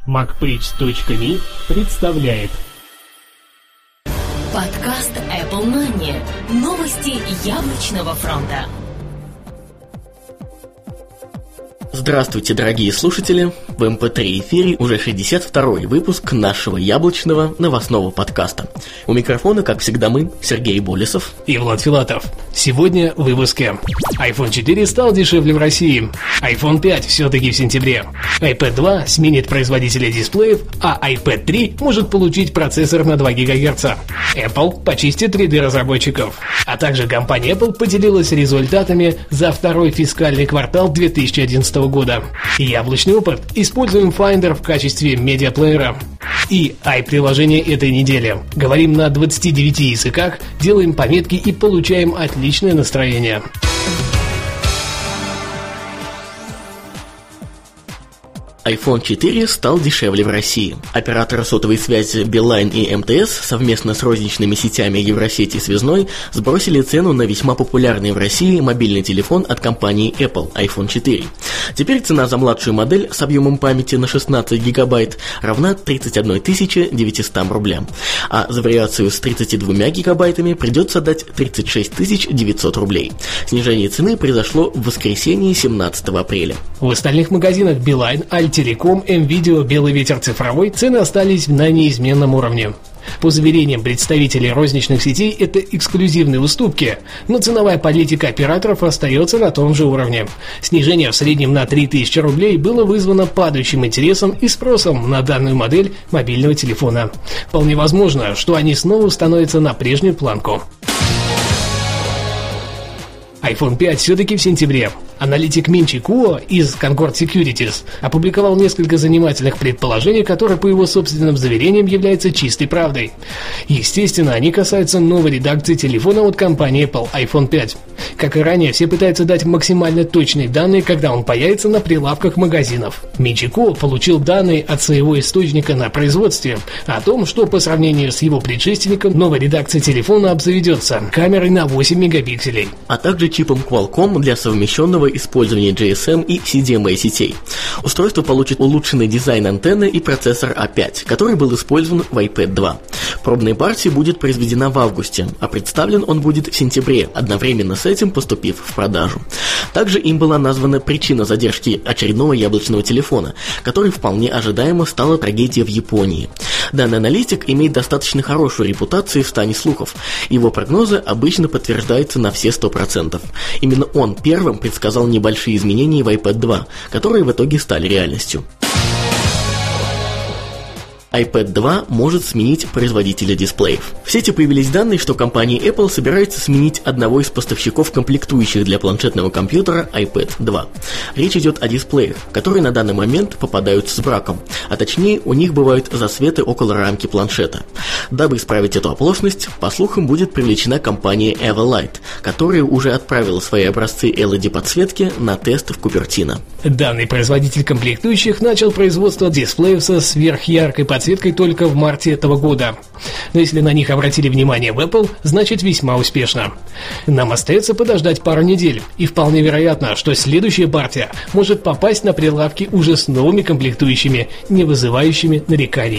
MacPage.me представляет подкаст Apple Money. Новости яблочного фронта. Здравствуйте, дорогие слушатели! В MP3 эфире уже 62-й выпуск нашего яблочного новостного подкаста. У микрофона, как всегда, мы, Сергей Болесов и Влад Филатов. Сегодня в выпуске. iPhone 4 стал дешевле в России. iPhone 5 все-таки в сентябре. iPad 2 сменит производителя дисплеев, а iPad 3 может получить процессор на 2 ГГц. Apple почистит ряды разработчиков. А также компания Apple поделилась результатами за второй фискальный квартал 2011 года. Яблочный опыт. Используем Finder в качестве медиаплеера. И приложение этой недели. Говорим на 29 языках, делаем пометки и получаем отличное настроение. iPhone 4 стал дешевле в России. Операторы сотовой связи Билайн и МТС совместно с розничными сетями Евросети и Связной сбросили цену на весьма популярный в России мобильный телефон от компании Apple iPhone 4. Теперь цена за младшую модель с объемом памяти на 16 гигабайт равна 31 900 рублям, а за вариацию с 32 гигабайтами придется дать 36 900 рублей. Снижение цены произошло в воскресенье 17 апреля. В остальных магазинах Билайн, Альтелеком, МВидео, Белый ветер цифровой цены остались на неизменном уровне. По заверениям представителей розничных сетей, это эксклюзивные уступки, но ценовая политика операторов остается на том же уровне. Снижение в среднем на 3000 рублей было вызвано падающим интересом и спросом на данную модель мобильного телефона. Вполне возможно, что они снова становятся на прежнюю планку. iPhone 5 все-таки в сентябре. Аналитик Минчи Куо из Concord Securities опубликовал несколько занимательных предположений, которые, по его собственным заверениям, являются чистой правдой. Естественно, они касаются новой редакции телефона от компании Apple iPhone 5. Как и ранее, все пытаются дать максимально точные данные, когда он появится на прилавках магазинов. Минчи Куо получил данные от своего источника на производстве о том, что по сравнению с его предшественником новая редакция телефона обзаведется камерой на 8 мегапикселей, а также чипом Qualcomm для совмещенного использования GSM и CDMA сетей. Устройство получит улучшенный дизайн антенны и процессор A5, который был использован в iPad 2. Пробная партия будет произведена в августе, а представлен он будет в сентябре, одновременно с этим поступив в продажу. Также им была названа причина задержки очередного яблочного телефона, который вполне ожидаемо стала трагедия в Японии. Данный аналитик имеет достаточно хорошую репутацию в стане слухов. Его прогнозы обычно подтверждаются на все 100%. Именно он первым предсказал небольшие изменения в iPad 2, которые в итоге стали реальностью. iPad 2 может сменить производителя дисплеев. В сети появились данные, что компания Apple собирается сменить одного из поставщиков комплектующих для планшетного компьютера iPad 2. Речь идет о дисплеях, которые на данный момент попадаются с браком, а точнее у них бывают засветы около рамки планшета. Дабы исправить эту оплошность, по слухам будет привлечена компания Everlight, которая уже отправила свои образцы LED-подсветки на тест в Купертино. Данный производитель комплектующих начал производство дисплеев со сверхяркой подсветкой только в марте этого года. Но если на них обратили внимание в Apple, значит весьма успешно. Нам остается подождать пару недель, и вполне вероятно, что следующая партия может попасть на прилавки уже с новыми комплектующими, не вызывающими нареканий.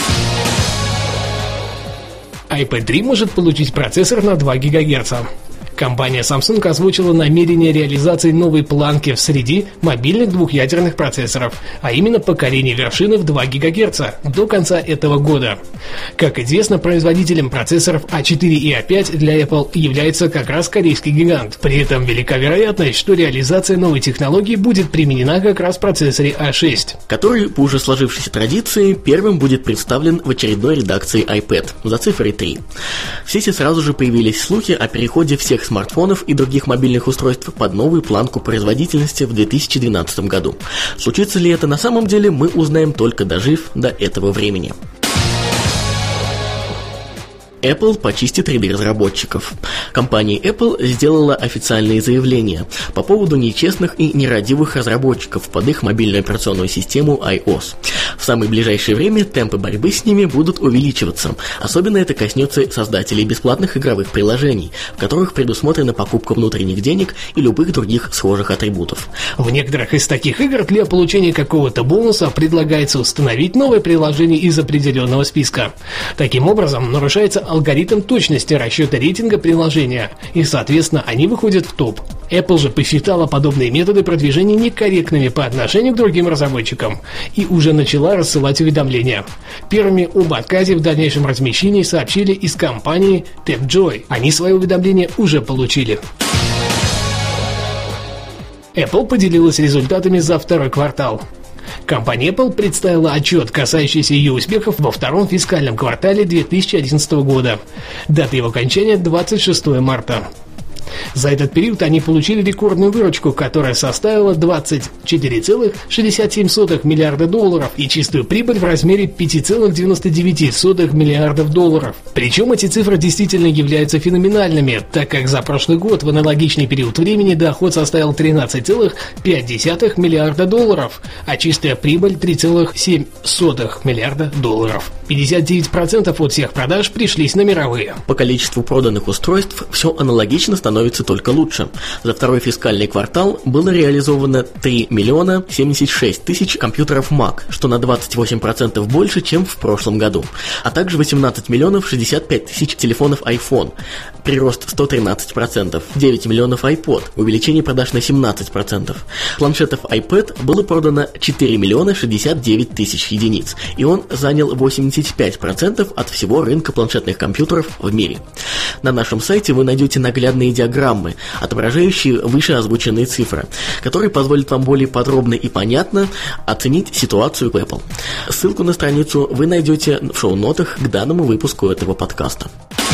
iPad 3 может получить процессор на 2 ГГц. Компания Samsung озвучила намерение реализации новой планки в среде мобильных двухъядерных процессоров, а именно покорение вершины в 2 ГГц до конца этого года. Как известно, производителем процессоров A4 и A5 для Apple является как раз корейский гигант. При этом велика вероятность, что реализация новой технологии будет применена как раз в процессоре A6, который, по уже сложившейся традиции, первым будет представлен в очередной редакции iPad за цифрой 3. В сети сразу же появились слухи о переходе всех смартфонов и других мобильных устройств под новую планку производительности в 2012 году. Случится ли это на самом деле, мы узнаем только дожив до этого времени. Apple почистит ряды разработчиков. Компания Apple сделала официальные заявления по поводу нечестных и нерадивых разработчиков под их мобильную операционную систему iOS. В самое ближайшее время темпы борьбы с ними будут увеличиваться. Особенно это коснется создателей бесплатных игровых приложений, в которых предусмотрена покупка внутренних денег и любых других схожих атрибутов. В некоторых из таких игр для получения какого-то бонуса предлагается установить новое приложение из определенного списка. Таким образом, нарушается алгоритм точности расчета рейтинга приложения, и, соответственно, они выходят в топ. Apple же посчитала подобные методы продвижения некорректными по отношению к другим разработчикам и уже начала рассылать уведомления. Первыми об отказе в дальнейшем размещении сообщили из компании Tapjoy. Они свои уведомления уже получили. Apple поделилась результатами за второй квартал. Компания Apple представила отчет, касающийся ее успехов во втором фискальном квартале 2011 года. Дата его окончания 26 марта. За этот период они получили рекордную выручку, которая составила $24,67 миллиарда и чистую прибыль в размере $5,99 миллиардов. Причем эти цифры действительно являются феноменальными, так как за прошлый год в аналогичный период времени доход составил $13,5 миллиарда, а чистая прибыль $3,7 миллиарда. 59% от всех продаж пришлись на мировые. По количеству проданных устройств все аналогично становится только лучше. За второй фискальный квартал было реализовано 3 миллиона 76 тысяч компьютеров Mac, что на 28% больше, чем в прошлом году, а также 18 миллионов 65 тысяч телефонов iPhone, прирост 113%, 9 миллионов iPod, увеличение продаж на 17%. Планшетов iPad было продано 4 миллиона 69 тысяч единиц, и он занял 85% от всего рынка планшетных компьютеров в мире. На нашем сайте вы найдете наглядные диаграммы, отображающие вышеозвученные цифры, которые позволят вам более подробно и понятно оценить ситуацию в Apple. Ссылку на страницу вы найдете в шоу-нотах к данному выпуску этого подкаста.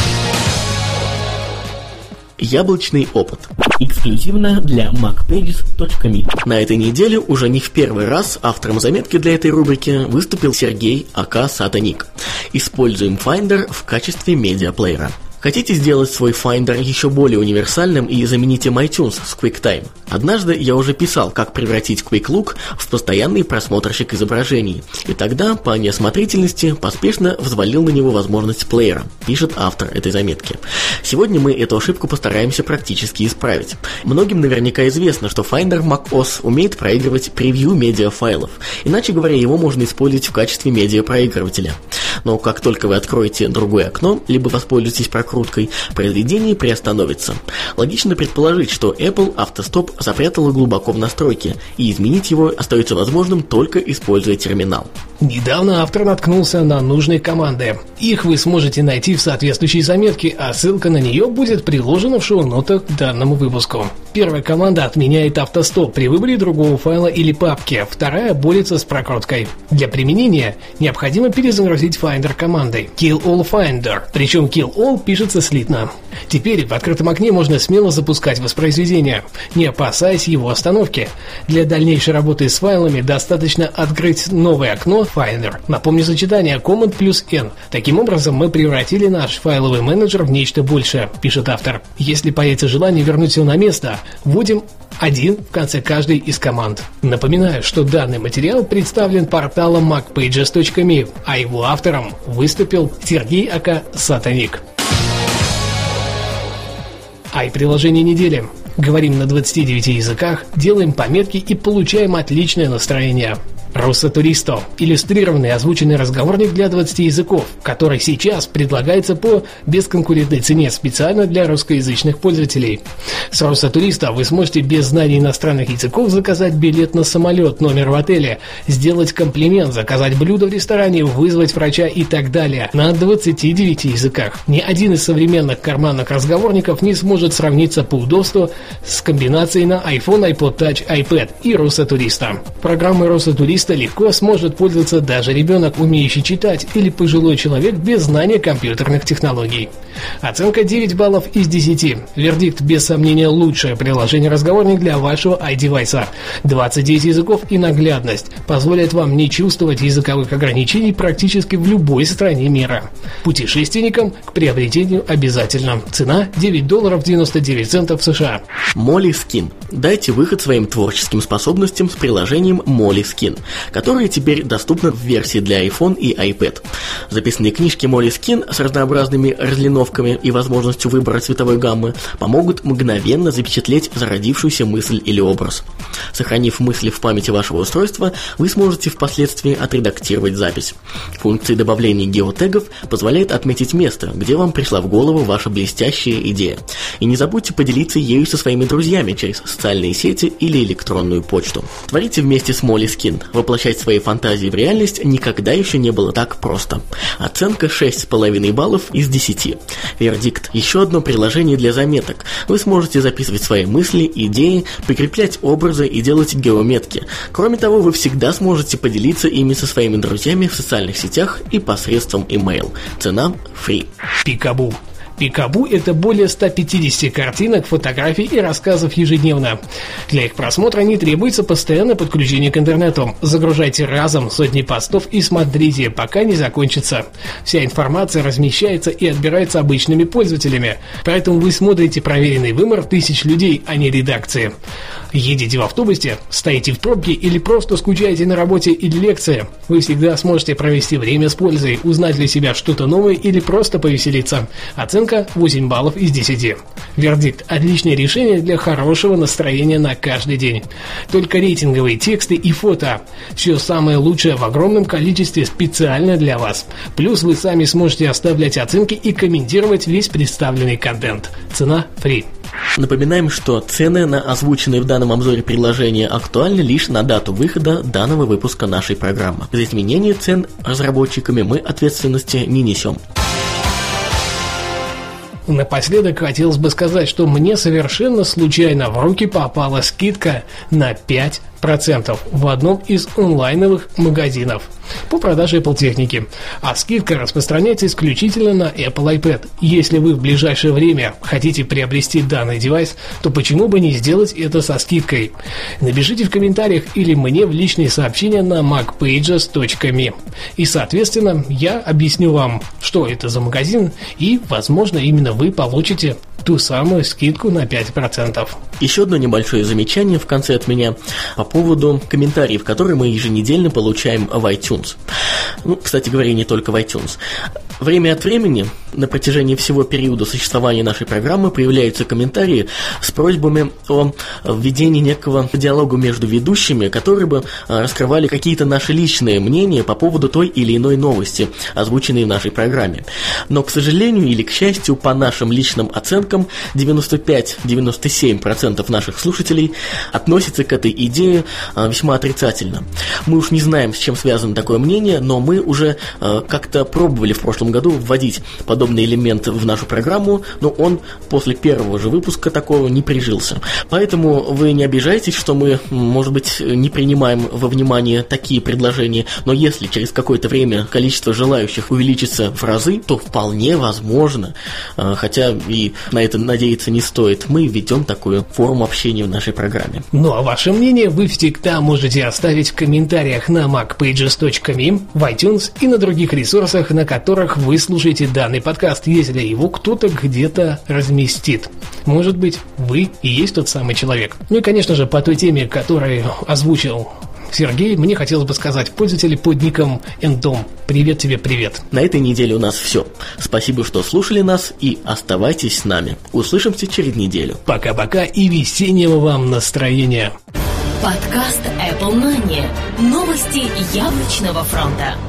Яблочный опыт. Эксклюзивно для MacPages.me. На этой неделе уже не в первый раз автором заметки для этой рубрики выступил Сергей АК Сатаник. Используем Finder в качестве медиаплеера. Хотите сделать свой Finder еще более универсальным и замените iTunes с QuickTime? Однажды я уже писал, как превратить Quick Look в постоянный просмотрщик изображений, и тогда, по неосмотрительности, поспешно взвалил на него возможность плеера, пишет автор этой заметки. Сегодня мы эту ошибку постараемся практически исправить. Многим наверняка известно, что Finder macOS умеет проигрывать превью медиафайлов, иначе говоря, его можно использовать в качестве медиапроигрывателя. Но как только вы откроете другое окно, либо воспользуетесь прокруткой, произведение приостановится. Логично предположить, что Apple автостоп запрятала глубоко в настройки, и изменить его остается возможным только используя терминал. Недавно автор наткнулся на нужные команды. Их вы сможете найти в соответствующей заметке, а ссылка на нее будет приложена в шоу-нотах к данному выпуску. Первая команда отменяет автостоп при выборе другого файла или папки, вторая борется с прокруткой. Для применения необходимо перезагрузить Finder командой Kill All Finder, причем Kill All пишется слитно. Теперь в открытом окне можно смело запускать воспроизведение, не опасаясь его остановки. Для дальнейшей работы с файлами достаточно открыть новое окно Finder. Напомню сочетание Command плюс N. Таким образом мы превратили наш файловый менеджер в нечто большее, пишет автор. Если появится желание вернуть все на место, вводим 1 в конце каждой из команд. Напоминаю, что данный материал представлен порталом MacPages.me, а его автором выступил Сергей АК Сатаник. Приложение недели. Говорим на 29 языках, делаем пометки и получаем отличное настроение. Russatulisto – иллюстрированный озвученный разговорник для 20 языков, который сейчас предлагается по бесконкурентной цене специально для русскоязычных пользователей. С Russatulisto вы сможете без знания иностранных языков заказать билет на самолет, номер в отеле, сделать комплимент, заказать блюдо в ресторане, вызвать врача и так далее на 29 языках. Ни один из современных карманных разговорников не сможет сравниться по удобству с комбинацией на iPhone, iPod Touch, iPad и Russatulisto. Программой Russatulisto легко сможет пользоваться даже ребенок, умеющий читать, или пожилой человек без знания компьютерных технологий. Оценка 9 баллов из 10. Вердикт без сомнения лучшее приложение-разговорник для вашего iDevice. 29 языков и наглядность позволят вам не чувствовать языковых ограничений практически в любой стране мира. Путешественникам к приобретению обязательно. Цена $9.99 США. Moleskine. Дайте выход своим творческим способностям с приложением Moleskine. которые теперь доступны в версии для iPhone и iPad. Записные книжки Moleskine с разнообразными разлиновками и возможностью выбора цветовой гаммы помогут мгновенно запечатлеть зародившуюся мысль или образ. Сохранив мысли в памяти вашего устройства, вы сможете впоследствии отредактировать запись. Функция добавления геотегов позволяет отметить место, где вам пришла в голову ваша блестящая идея. И не забудьте поделиться ею со своими друзьями через социальные сети или электронную почту. Творите вместе с Moleskine. Воплощать свои фантазии в реальность никогда еще не было так просто. Оценка 6,5 баллов из 10. Вердикт. Еще одно приложение для заметок. Вы сможете записывать свои мысли, идеи, прикреплять образы и делать геометки. Кроме того, вы всегда сможете поделиться ими со своими друзьями в социальных сетях и посредством email. Цена free. Пикабу. Пикабу – это более 150 картинок, фотографий и рассказов ежедневно. Для их просмотра не требуется постоянное подключение к интернету. Загружайте разом сотни постов и смотрите, пока не закончится. Вся информация размещается и отбирается обычными пользователями, поэтому вы смотрите проверенный вымор тысяч людей, а не редакции. Едете в автобусе, стоите в пробке или просто скучаете на работе или лекции. Вы всегда сможете провести время с пользой, узнать для себя что-то новое или просто повеселиться. Оценка 8 баллов из 10. Вердикт. Отличное решение для хорошего настроения на каждый день. Только рейтинговые тексты и фото. Все самое лучшее в огромном количестве специально для вас. Плюс вы сами сможете оставлять оценки и комментировать весь представленный контент. Цена free. Напоминаем, что цены на озвученные в данном обзоре приложения актуальны лишь на дату выхода данного выпуска нашей программы. За изменение цен разработчиками мы ответственности не несем. Напоследок хотелось бы сказать, что мне совершенно случайно в руки попала скидка на 5% в одном из онлайновых магазинов по продаже Apple техники. А скидка распространяется исключительно на Apple iPad. Если вы в ближайшее время хотите приобрести данный девайс, то почему бы не сделать это со скидкой? Напишите в комментариях или мне в личные сообщения на macpages.me. И, соответственно, я объясню вам, что это за магазин, и, возможно, именно вы получите ту самую скидку на 5%. Еще одно небольшое замечание в конце от меня по поводу комментариев, которые мы еженедельно получаем в iTunes. Кстати говоря, не только в iTunes. Время от времени, на протяжении всего периода существования нашей программы, появляются комментарии с просьбами о введении некого диалога между ведущими, которые бы раскрывали какие-то наши личные мнения по поводу той или иной новости, озвученной в нашей программе. Но, к сожалению или к счастью, по нашим личным оценкам, 95-97% наших слушателей относятся к этой идее весьма отрицательно. Мы уж не знаем, с чем связано такое мнение, но мы уже как-то пробовали в прошлом году вводить подобный элемент в нашу программу, но он после первого же выпуска такого не прижился. Поэтому вы не обижайтесь, что мы, может быть, не принимаем во внимание такие предложения, но если через какое-то время количество желающих увеличится в разы, то вполне возможно, хотя и на это надеяться не стоит, мы введем такую форму общения в нашей программе. Ну а ваше мнение вы всегда можете оставить в комментариях на macpages.me, в iTunes и на других ресурсах, на которых вы слушаете данный подкаст, если его кто-то где-то разместит. Может быть, вы и есть тот самый человек. Ну и, конечно же, по той теме, которую озвучил Сергей, мне хотелось бы сказать: пользователи под ником Endom, привет тебе, привет. На этой неделе у нас все. Спасибо, что слушали нас, и оставайтесь с нами. Услышимся через неделю. Пока-пока и весеннего вам настроения. Подкаст Apple Money. Новости яблочного фронта.